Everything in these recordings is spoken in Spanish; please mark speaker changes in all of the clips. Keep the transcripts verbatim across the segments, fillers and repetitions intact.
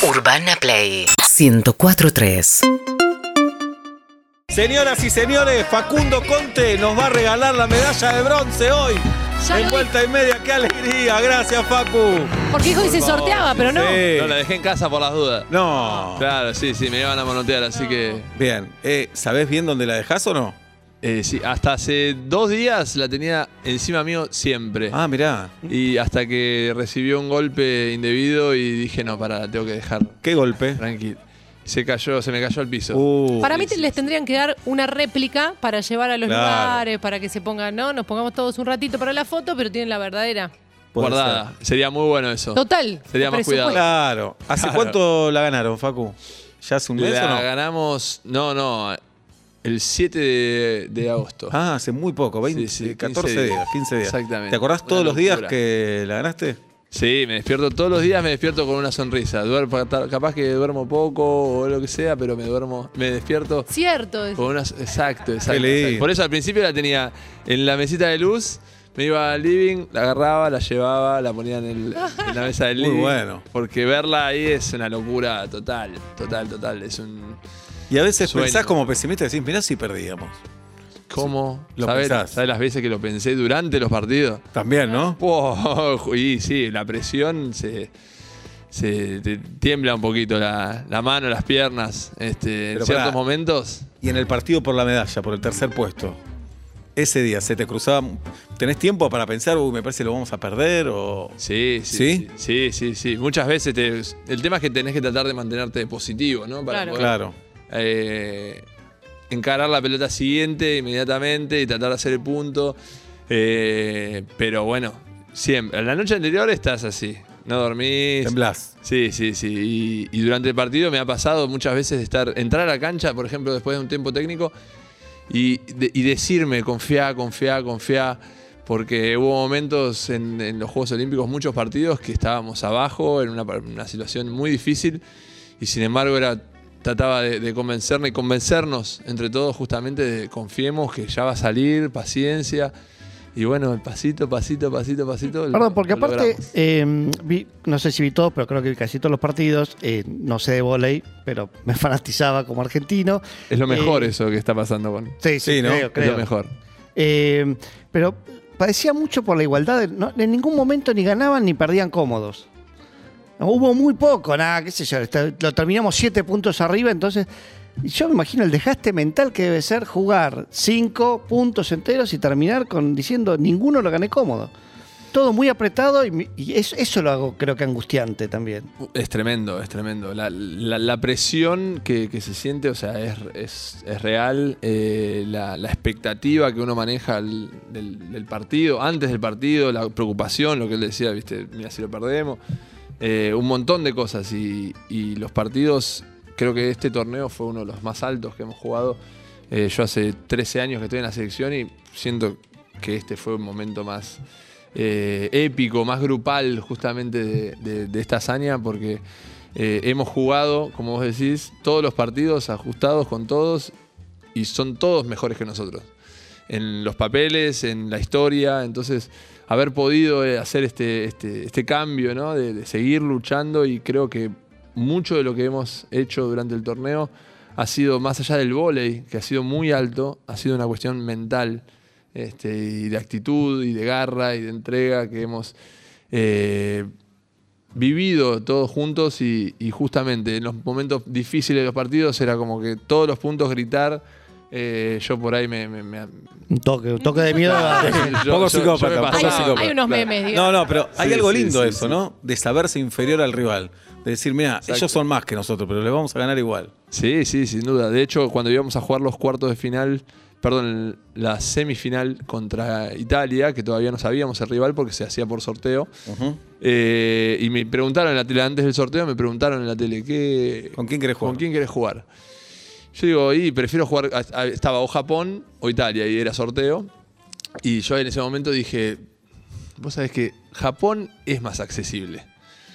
Speaker 1: Urbana Play ciento cuatro punto tres.
Speaker 2: Señoras y señores, Facundo Conte nos va a regalar la medalla de bronce hoy.
Speaker 3: Ya
Speaker 2: En vuelta y media, qué alegría. Gracias, Facu.
Speaker 3: Porque dijo que se sorteaba, pero no.
Speaker 2: Sí.
Speaker 4: No, la dejé en casa por las dudas.
Speaker 2: No.
Speaker 4: Claro, sí, sí, me iban a manotear, así que...
Speaker 2: Bien. Eh, ¿Sabés bien dónde la dejás o no?
Speaker 4: Eh, sí, hasta hace dos días la tenía encima mío siempre.
Speaker 2: Ah, mirá.
Speaker 4: Y hasta que recibió un golpe indebido y dije, no, pará, la tengo que dejar
Speaker 2: ¿Qué golpe?
Speaker 4: tranquilo. Se cayó, se me cayó al piso.
Speaker 2: Uh,
Speaker 3: Para mí te- les tendrían que dar una réplica para llevar a los
Speaker 2: Claro.
Speaker 3: lugares, para que se pongan, ¿no? Nos pongamos todos un ratito para la foto, pero tienen la verdadera.
Speaker 2: puede
Speaker 4: Guardada. Sería muy bueno eso.
Speaker 3: Total.
Speaker 4: Sería más
Speaker 3: presupuesto.
Speaker 2: ser. Claro. ¿Hace
Speaker 4: Claro.
Speaker 2: cuánto la ganaron, Facu? ¿Ya hace un mes
Speaker 4: La
Speaker 2: o no?
Speaker 4: ganamos, no, no, el siete de, de agosto.
Speaker 2: Ah, hace muy poco, veinte,
Speaker 4: Sí, sí,
Speaker 2: catorce
Speaker 4: quince
Speaker 2: días, quince días.
Speaker 4: Exactamente.
Speaker 2: ¿Te acordás
Speaker 4: Una
Speaker 2: todos los días
Speaker 4: locura.
Speaker 2: que la ganaste?
Speaker 4: Sí, me despierto todos los días, me despierto con una sonrisa. Duermo, capaz que duermo poco o lo que sea, pero me duermo, me despierto
Speaker 3: Cierto. es-
Speaker 4: con una... Exacto, exacto,
Speaker 2: lindo.
Speaker 4: exacto. Por eso al principio la tenía en la mesita de luz, me iba al living, la agarraba, la llevaba, la ponía en, el- en la mesa del
Speaker 2: Muy
Speaker 4: living.
Speaker 2: bueno.
Speaker 4: Porque verla ahí es una locura total, total, total. Es un...
Speaker 2: Y a veces
Speaker 4: Sueño.
Speaker 2: pensás como pesimista y decís, mirá si perdíamos.
Speaker 4: ¿Cómo?
Speaker 2: Lo
Speaker 4: ¿Sabes,
Speaker 2: pensás.
Speaker 4: ¿Sabes las veces que lo pensé durante los partidos?
Speaker 2: También, ¿no?
Speaker 4: Wow, y sí, la presión se, se te tiembla un poquito la, la mano, las piernas, este, en
Speaker 2: Pero
Speaker 4: ciertos
Speaker 2: pará.
Speaker 4: momentos.
Speaker 2: Y en el partido por la medalla, por el tercer puesto, ese día se te cruzaba. ¿Tenés tiempo para pensar, uy, me parece que lo vamos a perder? O...
Speaker 4: Sí,
Speaker 2: ¿Sí?
Speaker 4: sí, sí, sí, sí, sí. Muchas veces te- el tema es que tenés que tratar de mantenerte positivo, ¿no? Para
Speaker 3: Claro.
Speaker 4: poder,
Speaker 2: Claro.
Speaker 4: eh, encarar la pelota siguiente inmediatamente y tratar de hacer el punto. Eh, pero bueno, siempre. La noche anterior estás así, no dormís.
Speaker 2: Temblás.
Speaker 4: Sí, sí, sí. Y, y durante el partido me ha pasado muchas veces de estar, entrar a la cancha, por ejemplo, después de un tiempo técnico, y, de- y decirme, confía, confía, confía, porque hubo momentos en, en los Juegos Olímpicos, muchos partidos, que estábamos abajo, en una, una situación muy difícil, y sin embargo era, trataba de, de convencerme y convencernos entre todos justamente de confiemos que ya va a salir, paciencia. Y bueno, pasito, pasito, pasito, pasito. lo-
Speaker 5: Perdón, porque
Speaker 4: lo
Speaker 5: aparte,
Speaker 4: logramos.
Speaker 5: eh, vi, no sé si vi todos, pero creo que vi casi todos los partidos. Eh, no sé de vóley, pero me fanatizaba como argentino.
Speaker 4: Es lo mejor
Speaker 5: eh,
Speaker 4: eso que está pasando con...
Speaker 5: Sí, sí,
Speaker 2: Sí, ¿no?
Speaker 5: creo,
Speaker 4: Es
Speaker 5: creo.
Speaker 4: lo mejor.
Speaker 5: Eh, pero padecía mucho por la igualdad. de- no, en ningún momento ni ganaban ni perdían cómodos. No, hubo muy poco, nada, qué sé yo. está- Lo terminamos siete puntos arriba, entonces... y yo me imagino el desgaste mental que debe ser jugar cinco puntos enteros y terminar con diciendo ninguno lo gané cómodo. Todo muy apretado y, mi- y eso, eso lo hago creo que angustiante también.
Speaker 4: Es tremendo, es tremendo. La, la- la presión que, que se siente, o sea, es, es- es real. Eh, la, la expectativa que uno maneja al- del, del partido, antes del partido, la preocupación, lo que él decía, viste, mira si lo perdemos. Eh, un montón de cosas. Y, y los partidos, creo que este torneo fue uno de los más altos que hemos jugado. Eh, yo hace trece años que estoy en la selección y siento que este fue un momento más eh, épico, más grupal justamente de, de- de esta hazaña, porque eh, hemos jugado, como vos decís, todos los partidos ajustados con todos y son todos mejores que nosotros. En los papeles, en la historia, entonces haber podido eh, hacer este, este, este cambio, ¿no? de, de seguir luchando, y creo que mucho de lo que hemos hecho durante el torneo ha sido, más allá del vóley, que ha sido muy alto, ha sido una cuestión mental, este, y de actitud y de garra y de entrega que hemos eh, vivido todos juntos, y, y justamente en los momentos difíciles de los partidos era como que todos los puntos gritar. eh, yo por ahí me... me- me-
Speaker 5: Un toque, un toque de miedo.
Speaker 4: yo-
Speaker 2: Poco
Speaker 4: yo- yo
Speaker 2: psicópata,
Speaker 4: me
Speaker 2: poco
Speaker 3: Hay,
Speaker 4: pasaba.
Speaker 2: psicópata.
Speaker 3: hay unos
Speaker 4: Claro.
Speaker 3: memes, digamos.
Speaker 2: No, no, pero hay
Speaker 4: Sí,
Speaker 2: algo
Speaker 4: sí,
Speaker 2: lindo
Speaker 4: sí,
Speaker 2: eso,
Speaker 4: sí.
Speaker 2: ¿no? De saberse inferior al rival. De decir, mira,
Speaker 4: Exacto.
Speaker 2: ellos son más que nosotros, pero les vamos a ganar igual.
Speaker 4: Sí, sí, sin duda. De hecho, cuando íbamos a jugar los cuartos de final, perdón, la semifinal contra Italia, que todavía no sabíamos el rival porque se hacía por sorteo,
Speaker 2: Ujú.
Speaker 4: eh, y me preguntaron en la tele, antes del sorteo, me preguntaron en la tele, ¿qué,
Speaker 2: ¿Con quién querés jugar?
Speaker 4: ¿con quién querés jugar? Yo digo, y prefiero jugar, a- a- estaba o Japón o Italia, y era sorteo. Y yo en ese momento dije, vos sabés que Japón es más accesible.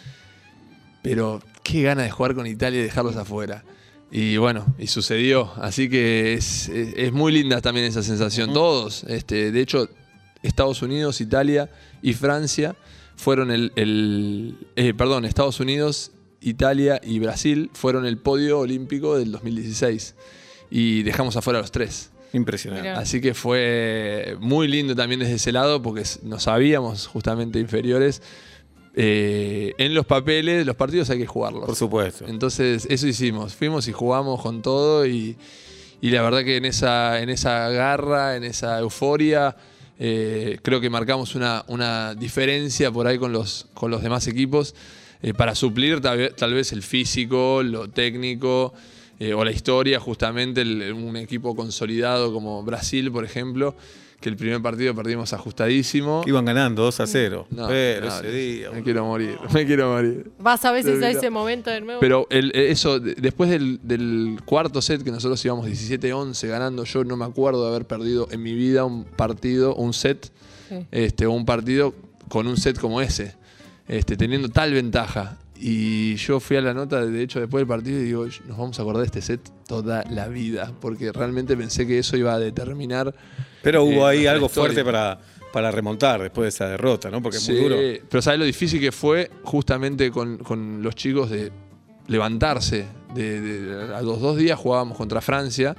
Speaker 4: Pero qué gana de jugar con Italia y dejarlos afuera. Y bueno, y sucedió. Así que es, es- es muy linda también esa sensación. Todos, este, de hecho, Estados Unidos, Italia y Francia fueron el, el- eh, perdón, Estados Unidos Italia y Brasil fueron el podio olímpico del dos mil dieciséis. Y dejamos afuera a los tres.
Speaker 2: Impresionante.
Speaker 3: Mirá.
Speaker 4: Así que fue muy lindo también desde ese lado porque nos sabíamos justamente inferiores. Eh, en los papeles, los partidos hay que jugarlos.
Speaker 2: Por supuesto.
Speaker 4: Entonces eso hicimos. Fuimos y jugamos con todo y, y la verdad que en esa, en esa garra, en esa euforia, eh, creo que marcamos una, una diferencia por ahí con los, con los demás equipos eh, para suplir tal, tal vez el físico, lo técnico. Eh, o la historia, justamente, el, un equipo consolidado como Brasil, por ejemplo, que el primer partido perdimos ajustadísimo.
Speaker 2: Iban ganando dos a cero.
Speaker 4: No,
Speaker 2: pero
Speaker 4: no,
Speaker 2: ese día.
Speaker 4: Me quiero morir, me quiero morir.
Speaker 3: Vas a veces a
Speaker 4: Pero-
Speaker 3: ese momento de nuevo.
Speaker 4: Pero el, eso, de- después del, del cuarto set, que nosotros íbamos diecisiete once ganando, yo no me acuerdo de haber perdido en mi vida un partido, un set,
Speaker 3: Sí.
Speaker 4: este, o un partido con un set como ese, este, teniendo tal ventaja. Y yo fui a la nota, de hecho, después del partido y digo, nos vamos a acordar de este set toda la vida, porque realmente pensé que eso iba a determinar.
Speaker 2: Pero hubo
Speaker 4: eh,
Speaker 2: ahí
Speaker 4: nuestra
Speaker 2: algo
Speaker 4: historia.
Speaker 2: fuerte para, para remontar después de esa derrota, ¿no? Porque es
Speaker 4: Sí,
Speaker 2: muy duro.
Speaker 4: pero ¿sabes lo difícil que fue justamente con, con los chicos de levantarse? De, de- a los dos días jugábamos contra Francia,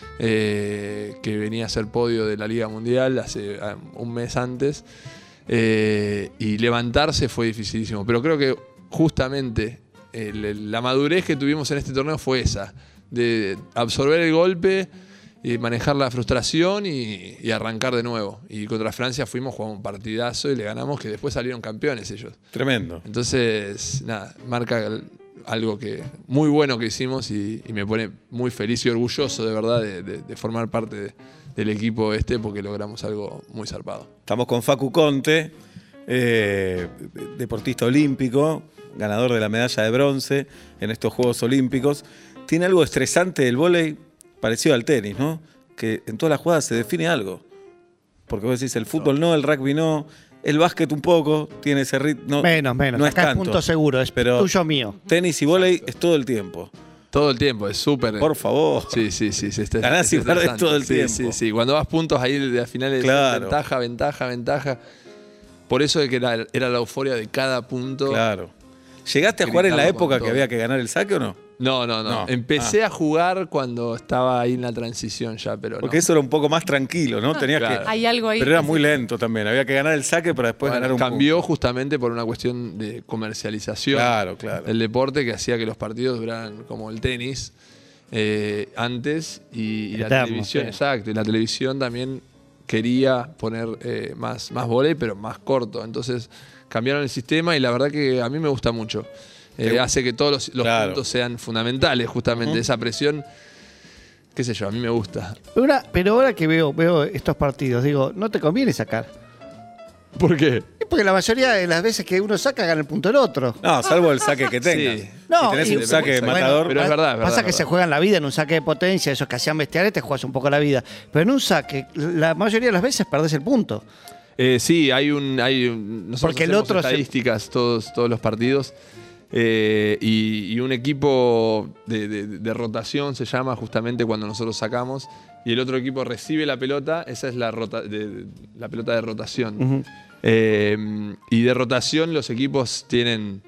Speaker 4: eh, que venía a ser podio de la Liga Mundial hace ah, un mes antes, eh, y levantarse fue dificilísimo. Pero creo que justamente el- el- la madurez que tuvimos en este torneo fue esa, de absorber el golpe, y manejar la frustración y, y arrancar de nuevo. Y contra Francia fuimos, jugamos un partidazo y le ganamos, que después salieron campeones ellos.
Speaker 2: Tremendo.
Speaker 4: Entonces, nada, marca el- algo que muy bueno que hicimos y, y me pone muy feliz y orgulloso de verdad de, de- de formar parte de- del equipo este porque logramos algo muy zarpado.
Speaker 2: Estamos con Facu Conte, eh, deportista olímpico, ganador de la medalla de bronce en estos Juegos Olímpicos. Tiene algo estresante del vóley parecido al tenis, ¿no? Que en todas las jugadas se define algo. Porque vos decís, el fútbol no, el rugby no, el básquet un poco, tiene ese ritmo. No,
Speaker 5: Menos, menos.
Speaker 2: No es
Speaker 5: Acá es
Speaker 2: tanto.
Speaker 5: punto seguro, es
Speaker 2: Pero
Speaker 5: tuyo mío.
Speaker 2: tenis y vóley es todo el tiempo.
Speaker 4: Todo el tiempo, es súper.
Speaker 2: Por favor.
Speaker 4: Sí, sí, sí. sí este-
Speaker 2: Ganás y
Speaker 4: es
Speaker 2: perdés
Speaker 4: estresante.
Speaker 2: todo el
Speaker 4: Sí,
Speaker 2: tiempo.
Speaker 4: Sí, sí. Cuando vas puntos ahí de a finales,
Speaker 2: Claro.
Speaker 4: ventaja, ventaja, ventaja. Por eso es que era, era la euforia de cada punto.
Speaker 2: Claro. ¿Llegaste a jugar en la
Speaker 4: Gritarlo con
Speaker 2: época que
Speaker 4: todo.
Speaker 2: había que ganar el saque o no?
Speaker 4: No, no, no.
Speaker 2: No.
Speaker 4: Empecé a jugar cuando estaba ahí en la transición ya, pero
Speaker 2: Porque
Speaker 4: no.
Speaker 2: eso era un poco más tranquilo, ¿no? Tenías
Speaker 4: Claro.
Speaker 2: que.
Speaker 3: Hay algo ahí.
Speaker 2: Pero era
Speaker 3: que
Speaker 2: muy
Speaker 3: se-
Speaker 2: lento también. Había que ganar el saque para después
Speaker 4: Bueno,
Speaker 2: ganar un
Speaker 4: cambió
Speaker 2: punto.
Speaker 4: justamente por una cuestión de comercialización
Speaker 2: Claro, claro.
Speaker 4: del deporte que hacía que los partidos duraran como el tenis eh, antes y, y la
Speaker 5: Eterno,
Speaker 4: televisión,
Speaker 5: sí.
Speaker 4: exacto, y la televisión también quería poner eh, más, más vóley, pero más corto. Entonces cambiaron el sistema y la verdad que a mí me gusta mucho. Eh,
Speaker 2: Te-
Speaker 4: hace que todos los, los
Speaker 2: Claro.
Speaker 4: puntos sean fundamentales, justamente. Esa presión, qué sé yo, a mí me gusta.
Speaker 5: Pero ahora, pero ahora que veo, veo estos partidos, digo, no te conviene sacar.
Speaker 4: ¿Por qué?
Speaker 5: Es porque la mayoría de las veces que uno saca gana el punto el otro.
Speaker 2: No, salvo el saque que tengas.
Speaker 4: Sí.
Speaker 5: No,
Speaker 2: si tenés
Speaker 5: y-
Speaker 2: un saque
Speaker 4: bueno,
Speaker 2: matador.
Speaker 4: pero es verdad, es
Speaker 5: Pasa
Speaker 4: verdad,
Speaker 5: que
Speaker 4: es
Speaker 5: se
Speaker 4: verdad.
Speaker 5: juegan la vida en un saque de potencia, esos que hacían bestiales, te juegas un poco la vida. Pero en un saque, la mayoría de las veces perdés el punto.
Speaker 4: Eh, sí, hay un. Hay un nosotros
Speaker 5: Porque el
Speaker 4: hacemos
Speaker 5: otro se-
Speaker 4: estadísticas todos, todos los partidos. eh, y, y un equipo de, de- de rotación se llama justamente cuando nosotros sacamos. Y el otro equipo recibe la pelota. Esa es la, rota, de- de- la pelota de rotación.
Speaker 5: Ujú.
Speaker 4: Eh, y de rotación los equipos tienen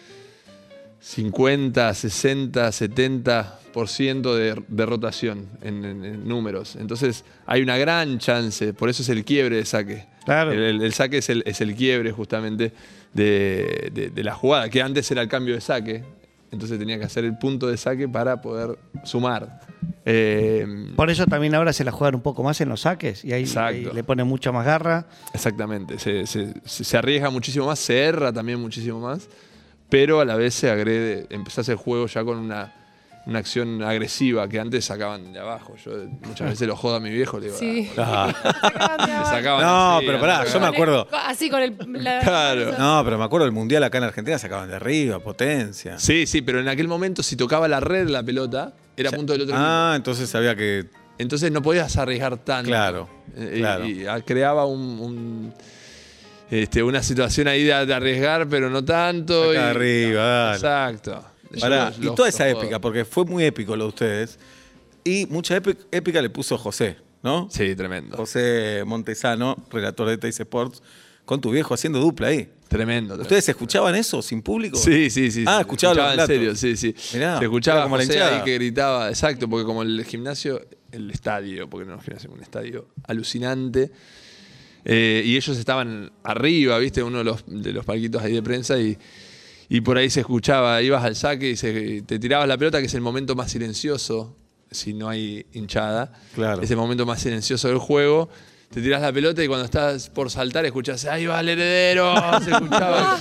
Speaker 4: cincuenta, sesenta, setenta por ciento de, de rotación en, en- en números. Entonces hay una gran chance, por eso es el quiebre de saque.
Speaker 5: Claro.
Speaker 4: El, el- el saque es el, es el quiebre justamente de, de- de la jugada, que antes era el cambio de saque. Entonces tenía que hacer el punto de saque para poder sumar. Eh,
Speaker 5: Por eso también ahora se la juegan un poco más en los saques y ahí,
Speaker 4: Exacto.
Speaker 5: ahí le pone mucha más garra.
Speaker 4: Exactamente, se, se- se- se arriesga muchísimo más, se erra también muchísimo más, pero a la vez se agrede, empezás el juego ya con una, una acción agresiva que antes sacaban de abajo. Yo muchas veces lo jodo a mi viejo, le digo,
Speaker 3: Sí.
Speaker 2: Ah.
Speaker 3: Sacaban de
Speaker 4: "Ah,
Speaker 3: abajo.
Speaker 4: me sacaban
Speaker 2: No,
Speaker 4: así,
Speaker 2: pero
Speaker 4: me
Speaker 2: pará,
Speaker 4: sacaban".
Speaker 2: yo me acuerdo.
Speaker 3: Así con el. la-
Speaker 4: Claro.
Speaker 2: No, pero me acuerdo del mundial acá en Argentina sacaban de arriba, potencia.
Speaker 4: Sí, sí, pero en aquel momento si tocaba la red la pelota, era punto del otro
Speaker 2: Ah, entonces había que.
Speaker 4: equipo. Entonces no podías arriesgar tanto.
Speaker 2: Claro,
Speaker 4: Eh, y-
Speaker 2: claro.
Speaker 4: Y, ah, creaba un... un, este, una situación ahí de, de arriesgar, pero no tanto.
Speaker 2: Acá
Speaker 4: y-
Speaker 2: arriba, dale.
Speaker 4: Exacto.
Speaker 2: Pará,
Speaker 4: Yo
Speaker 2: y
Speaker 4: los-
Speaker 2: toda
Speaker 4: los
Speaker 2: esa
Speaker 4: jodo.
Speaker 2: épica, porque fue muy épico lo de ustedes. Y mucha épi- épica le puso José, ¿no?
Speaker 4: Sí, tremendo.
Speaker 2: José Montesano, relator de Teis Sports, con tu viejo haciendo dupla ahí.
Speaker 4: Tremendo.
Speaker 2: ¿Ustedes escuchaban eso sin público?
Speaker 4: Sí, sí, sí.
Speaker 2: Ah,
Speaker 4: sí.
Speaker 2: escuchaban los
Speaker 4: en
Speaker 2: platos.
Speaker 4: serio, sí, sí.
Speaker 2: Mirá,
Speaker 4: se escuchaba
Speaker 2: era como la
Speaker 4: José
Speaker 2: hinchada.
Speaker 4: ahí que gritaba, exacto, porque como el gimnasio, el estadio, porque no es un gimnasio, un estadio alucinante. Eh, y ellos estaban arriba, ¿viste? Uno de los, de los palquitos ahí de prensa y, y por ahí se escuchaba, ibas al saque y se, te tirabas la pelota, que es el momento más silencioso, si no hay hinchada.
Speaker 2: Claro.
Speaker 4: Es el momento más silencioso del juego. Te tirás la pelota y cuando estás por saltar escuchás, ¡ahí va el heredero! Se escuchaba.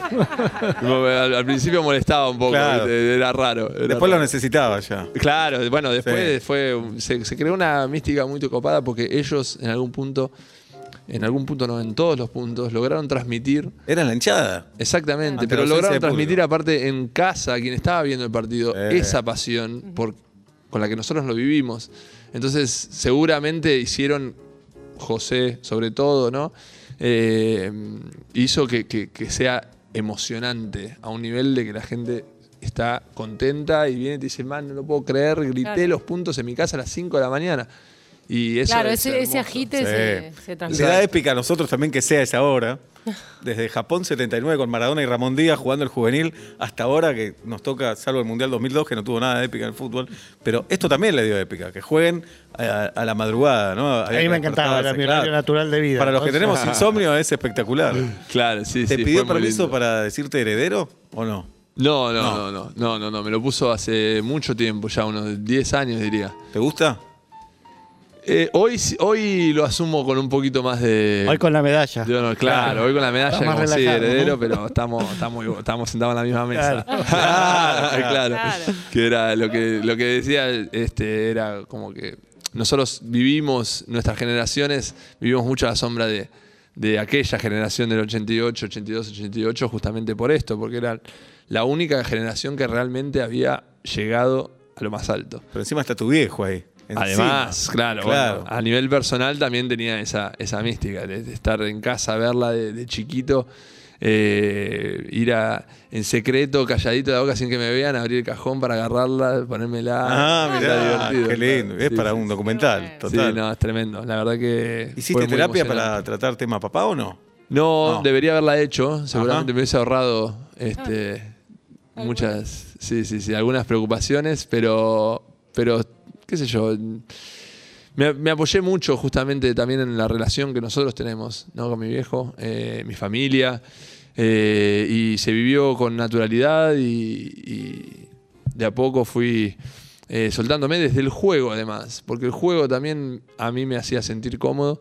Speaker 4: Como, al, al principio molestaba un poco,
Speaker 2: Claro.
Speaker 4: ¿viste? Era raro. Era
Speaker 2: Después lo
Speaker 4: raro.
Speaker 2: necesitaba ya.
Speaker 4: Claro, bueno, después
Speaker 2: Sí.
Speaker 4: fue se, se creó una mística muy copada porque ellos en algún punto, en algún punto no, en todos los puntos, lograron transmitir.
Speaker 2: Era la hinchada.
Speaker 4: Exactamente,
Speaker 2: Ante
Speaker 4: pero
Speaker 2: la ausencia
Speaker 4: lograron
Speaker 2: de
Speaker 4: transmitir
Speaker 2: público.
Speaker 4: aparte en casa, a quien estaba viendo el partido,
Speaker 2: Eh.
Speaker 4: esa pasión por, con la que nosotros lo vivimos. Entonces, seguramente hicieron, José sobre todo, ¿no? Eh, hizo que, que- que sea emocionante a un nivel de que la gente está contenta y viene y te dice, man, no lo puedo creer, grité
Speaker 3: Claro.
Speaker 4: los puntos en mi casa a las cinco de la mañana. Y eso
Speaker 3: Claro,
Speaker 4: es
Speaker 3: ese, ese
Speaker 4: hermoso.
Speaker 3: agite
Speaker 2: Sí.
Speaker 3: se, se
Speaker 2: Le
Speaker 3: transmite.
Speaker 2: da épica a nosotros también que sea esa hora. Desde Japón setenta y nueve con Maradona y Ramón Díaz jugando el juvenil hasta ahora que nos toca, salvo el Mundial dos mil dos, que no tuvo nada de épica en el fútbol. Pero esto también le dio épica, que jueguen a, a la madrugada, ¿no?
Speaker 5: A
Speaker 2: Había
Speaker 5: mí
Speaker 2: que
Speaker 5: me encantaba, era
Speaker 2: despertarse,
Speaker 5: mi horario
Speaker 2: claro.
Speaker 5: natural de vida.
Speaker 2: Para los que
Speaker 5: O sea,
Speaker 2: tenemos insomnio es espectacular.
Speaker 4: Claro, sí,
Speaker 2: ¿Te
Speaker 4: sí.
Speaker 2: pidió
Speaker 4: fue muy
Speaker 2: permiso
Speaker 4: lindo.
Speaker 2: para decirte heredero o no?
Speaker 4: No,
Speaker 2: No.
Speaker 4: no, no, no, no, no, no, me lo puso hace mucho tiempo, ya unos diez años diría.
Speaker 2: ¿Te gusta?
Speaker 4: Eh, hoy, sí- hoy lo asumo con un poquito más de...
Speaker 5: Hoy con la medalla.
Speaker 4: de honor. Claro, hoy con la medalla
Speaker 5: Está más
Speaker 4: como sí,
Speaker 5: relajado,
Speaker 4: heredero,
Speaker 5: ¿no?
Speaker 4: pero estamos, estamos, estamos sentados en la misma mesa.
Speaker 5: Claro.
Speaker 4: Claro, claro.
Speaker 3: Claro.
Speaker 4: Que era lo que, lo que decía, este, era como que nosotros vivimos, nuestras generaciones, vivimos mucho a la sombra de, de aquella generación del ochenta y ocho, ochenta y dos, ochenta y ocho, justamente por esto, porque era la única generación que realmente había llegado a lo más alto.
Speaker 2: Pero encima está tu viejo ahí. encima.
Speaker 4: Además, claro,
Speaker 2: Claro.
Speaker 4: bueno, a nivel personal también tenía esa, esa mística de, de estar en casa, verla de, de chiquito, eh, ir a, en secreto, calladito de la boca sin que me vean, abrir el cajón para agarrarla, ponérmela.
Speaker 2: Ah,
Speaker 4: Era
Speaker 2: mirá,
Speaker 4: divertido.
Speaker 2: qué lindo. Es
Speaker 4: Sí,
Speaker 2: para
Speaker 4: sí,
Speaker 2: un
Speaker 4: sí.
Speaker 2: documental,
Speaker 3: Sí,
Speaker 2: total.
Speaker 4: Sí, no, es tremendo. La verdad que.
Speaker 2: ¿Hiciste
Speaker 4: fue muy
Speaker 2: terapia para
Speaker 4: emocionante.
Speaker 2: tratar tema papá o no?
Speaker 4: No,
Speaker 2: No.
Speaker 4: debería haberla hecho. Seguramente
Speaker 2: Ajá.
Speaker 4: me hubiese ahorrado este, muchas, sí, sí, sí, algunas preocupaciones, pero, pero qué sé yo. Me, me apoyé mucho justamente también en la relación que nosotros tenemos, ¿no? Con mi viejo, eh, mi familia, eh, y se vivió con naturalidad y, y de a poco fui eh, soltándome desde el juego además, porque el juego también a mí me hacía sentir cómodo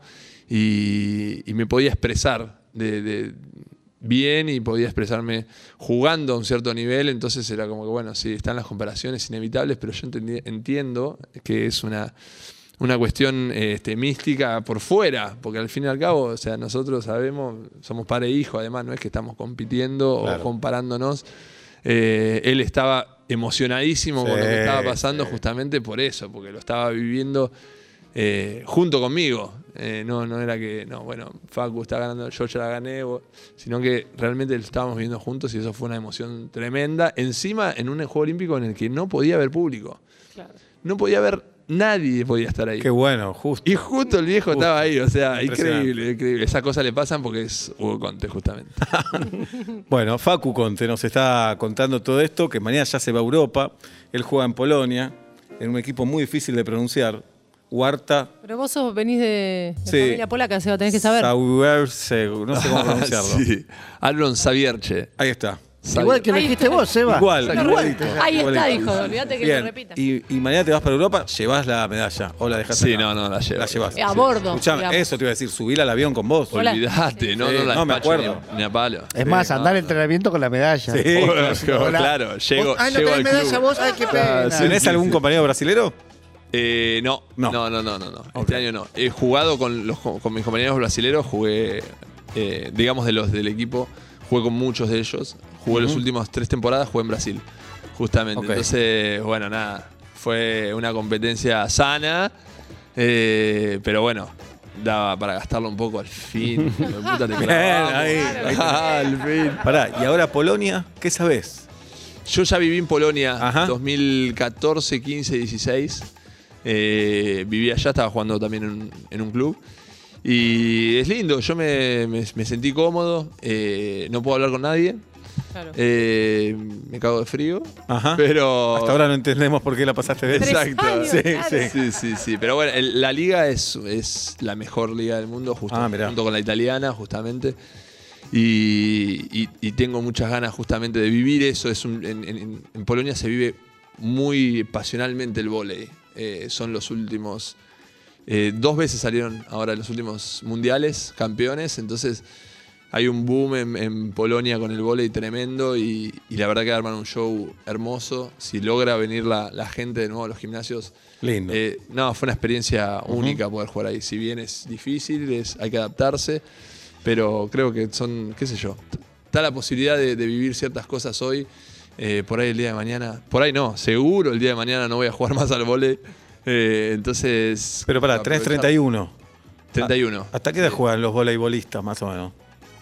Speaker 4: y, y me podía expresar de, de bien y podía expresarme jugando a un cierto nivel, entonces era como que bueno, sí, están las comparaciones inevitables, pero yo entendí- entiendo que es una, una cuestión este, mística por fuera, porque al fin y al cabo, o sea, nosotros sabemos, somos padre e hijo, además no es que estamos compitiendo
Speaker 2: Claro.
Speaker 4: o comparándonos. Eh, él estaba emocionadísimo
Speaker 2: Sí,
Speaker 4: con lo que estaba pasando
Speaker 2: sí.
Speaker 4: justamente por eso, porque lo estaba viviendo eh, junto conmigo. Eh, no, no era que, no, bueno, Facu está ganando, yo ya la gané, vos- sino que realmente lo estábamos viviendo juntos y eso fue una emoción tremenda. Encima, en un juego olímpico en el que no podía haber público.
Speaker 3: Claro.
Speaker 4: No podía haber, nadie podía estar ahí.
Speaker 2: Qué bueno, justo.
Speaker 4: Y justo el viejo estaba ahí, o sea,
Speaker 2: Impresionante.
Speaker 4: increíble, increíble. Esas cosas le pasan porque es Hugo Conte, justamente.
Speaker 2: Bueno, Facu Conte nos está contando todo esto, que mañana ya se va a Europa. Él juega en Polonia, en un equipo muy difícil de pronunciar. Huarta.
Speaker 3: Pero vos sos, venís de, de
Speaker 2: Sí.
Speaker 3: familia polaca, se va a tener que saber.
Speaker 2: Sauerseg, no sé cómo pronunciarlo.
Speaker 4: Sí. Aaron Savierche.
Speaker 2: Ahí está.
Speaker 5: Igual que lo
Speaker 3: Ahí
Speaker 5: dijiste
Speaker 3: está.
Speaker 5: vos, Seba.
Speaker 2: Igual,
Speaker 5: Exacto.
Speaker 2: igualito.
Speaker 3: Ahí está,
Speaker 2: Igualito.
Speaker 3: hijo, olvídate que
Speaker 2: Bien.
Speaker 3: lo repita.
Speaker 2: Y, y mañana te vas para Europa, llevas la medalla o la dejas
Speaker 4: Sí,
Speaker 2: acá?
Speaker 4: no, no, la llevo.
Speaker 2: La llevas.
Speaker 3: Eh, a bordo,
Speaker 2: Escuchame,
Speaker 3: digamos.
Speaker 2: eso te iba a decir, subir al avión con vos.
Speaker 3: Hola.
Speaker 4: Olvídate, no,
Speaker 2: Sí,
Speaker 4: no la
Speaker 2: no, me
Speaker 4: despacho
Speaker 2: acuerdo.
Speaker 4: Ni, a, ni a palo.
Speaker 5: Es más,
Speaker 4: Sí,
Speaker 5: andar
Speaker 4: no,
Speaker 5: en entrenamiento con la medalla.
Speaker 2: Sí.
Speaker 4: Claro,
Speaker 5: Hola.
Speaker 4: claro, llego,
Speaker 5: Vos- Ay, no
Speaker 4: llego
Speaker 5: tenés
Speaker 4: al
Speaker 5: medalla
Speaker 4: club.
Speaker 5: vos. Ay, qué pena.
Speaker 4: Ah, sí.
Speaker 2: ¿Tenés
Speaker 4: sí,
Speaker 2: algún
Speaker 4: sí.
Speaker 2: compañero brasilero?
Speaker 4: Eh, no,
Speaker 2: No.
Speaker 4: no, no, no, no, no. Este año no. He jugado con, los, con mis compañeros brasileros, jugué, eh, digamos, de los del equipo, jugué con muchos de ellos. Jugué las últimas tres temporadas, jugué en Brasil, justamente.
Speaker 2: Ok.
Speaker 4: Entonces, bueno, nada, fue una competencia sana, eh, pero bueno, daba para gastarlo un poco al fin. Hijo de puta, te
Speaker 2: Bien,
Speaker 4: clavamos.
Speaker 2: ahí, ahí
Speaker 4: Ah, al fin.
Speaker 2: Pará, y ahora Polonia, ¿qué sabés?
Speaker 4: Yo ya viví en Polonia
Speaker 2: Ajá.
Speaker 4: dos mil catorce, quince, dieciséis. Eh, viví allá, estaba jugando también en, en un club. Y es lindo, yo me, me, me sentí cómodo, eh, no puedo hablar con nadie,
Speaker 3: Claro.
Speaker 4: eh, me cago de frío,
Speaker 2: Ajá.
Speaker 4: pero...
Speaker 2: Hasta ahora no entendemos por qué la pasaste de
Speaker 3: Tres
Speaker 4: Exacto.
Speaker 3: años,
Speaker 2: Sí,
Speaker 3: claro.
Speaker 2: sí.
Speaker 4: Sí, sí, sí. Pero bueno, el- la liga es, es la mejor liga del mundo, justo,
Speaker 2: Ah, mirá.
Speaker 4: junto con la italiana, justamente. Y, y- y tengo muchas ganas justamente de vivir eso. Es un- en, en- en Polonia se vive muy pasionalmente el vóley. Eh, son los últimos... eh, dos veces salieron ahora los últimos mundiales, campeones. Entonces hay un boom en, en Polonia con el vóley tremendo y, y la verdad que arman un show hermoso. Si logra venir la, la gente de nuevo a los gimnasios...
Speaker 2: Lindo.
Speaker 4: Eh, no, fue una experiencia única poder jugar ahí. Si bien es difícil, es, hay que adaptarse, pero creo que son, qué sé yo, t- está la posibilidad de, de vivir ciertas cosas hoy. Eh, por ahí el día de mañana, por ahí no, seguro el día de mañana no voy a jugar más al vóley. Eh, entonces.
Speaker 2: Pero pará, tenés treinta y uno.
Speaker 4: treinta y uno.
Speaker 2: ¿Hasta qué edad juegan los voleibolistas, más o menos?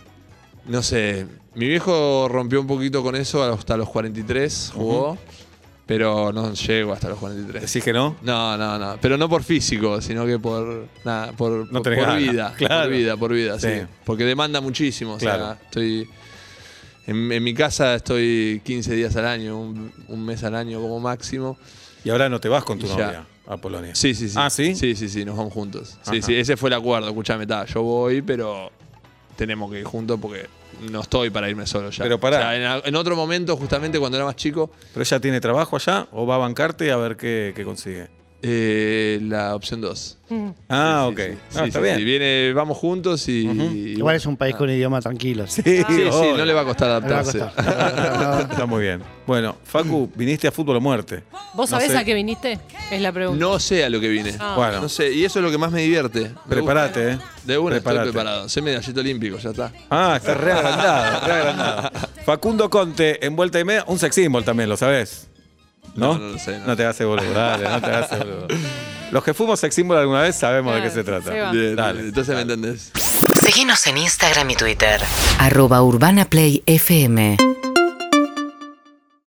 Speaker 4: No sé, mi viejo rompió un poquito con eso hasta los cuarenta y tres, jugó, pero no llego hasta los cuarenta y tres.
Speaker 2: ¿Decís que no?
Speaker 4: No, no, no. Pero no por físico, sino que por nada, por,
Speaker 2: No
Speaker 4: por,
Speaker 2: tenés
Speaker 4: por
Speaker 2: ganas.
Speaker 4: vida.
Speaker 2: Claro.
Speaker 4: Por vida, por vida, sí.
Speaker 2: Sí.
Speaker 4: Porque demanda muchísimo. O
Speaker 2: Claro.
Speaker 4: sea, estoy. En, en mi casa estoy quince días al año, un, un mes al año como máximo.
Speaker 2: Y ahora no te vas con tu
Speaker 4: Y ya.
Speaker 2: novia a Polonia.
Speaker 4: Sí, sí, sí.
Speaker 2: ¿Ah, sí?
Speaker 4: Sí, sí, sí, nos vamos juntos. Sí,
Speaker 2: Ajá.
Speaker 4: sí, ese fue el acuerdo. Escuchame, está, yo voy, pero tenemos que ir juntos porque no estoy para irme solo ya.
Speaker 2: Pero pará.
Speaker 4: O sea, en, en otro momento, justamente cuando era más chico,
Speaker 2: ¿Pero ella tiene trabajo allá o va a bancarte a ver qué, qué consigue?
Speaker 4: eh, la opción dos.
Speaker 3: Mm.
Speaker 2: Ah,
Speaker 4: Sí,
Speaker 2: ok.
Speaker 4: sí,
Speaker 2: No,
Speaker 4: sí,
Speaker 2: está
Speaker 4: sí,
Speaker 2: bien.
Speaker 4: sí. Viene, vamos juntos y.
Speaker 2: Ujú.
Speaker 4: y
Speaker 5: Igual
Speaker 4: bueno,
Speaker 5: es un país
Speaker 4: nada.
Speaker 5: con idioma tranquilo.
Speaker 2: Sí,
Speaker 4: Sí, sí,
Speaker 2: obvio.
Speaker 4: no le va a costar
Speaker 5: No le va a
Speaker 4: adaptarse.
Speaker 5: costar.
Speaker 2: Está muy bien. Bueno, Facu, viniste a Fútbol o Muerte.
Speaker 3: ¿Vos
Speaker 2: No
Speaker 3: sabés
Speaker 2: sé.
Speaker 3: a qué viniste? Es la pregunta.
Speaker 4: No sé a lo que vine.
Speaker 3: Ah.
Speaker 2: Bueno,
Speaker 4: No sé, y eso es lo que más me divierte. Me
Speaker 2: prepárate, ¿eh?
Speaker 4: gusta. De una
Speaker 2: Prepárate.
Speaker 4: estoy preparado. Soy medallista olímpico, ya está.
Speaker 2: Ah, está re agrandado, re agrandado. Facundo Conte, en vuelta y media, un sex symbol también, ¿lo sabés? ¿No?
Speaker 4: No, no lo sé, no.
Speaker 2: No te hagas boludo, dale, no te hagas boludo. Los que fuimos sex symbol alguna vez sabemos de qué se
Speaker 3: Claro,
Speaker 2: trata.
Speaker 3: se va.
Speaker 4: Bien,
Speaker 2: Dale.
Speaker 4: entonces me entendés.
Speaker 1: Seguinos en Instagram y Twitter. Arroba Urbana Play F M.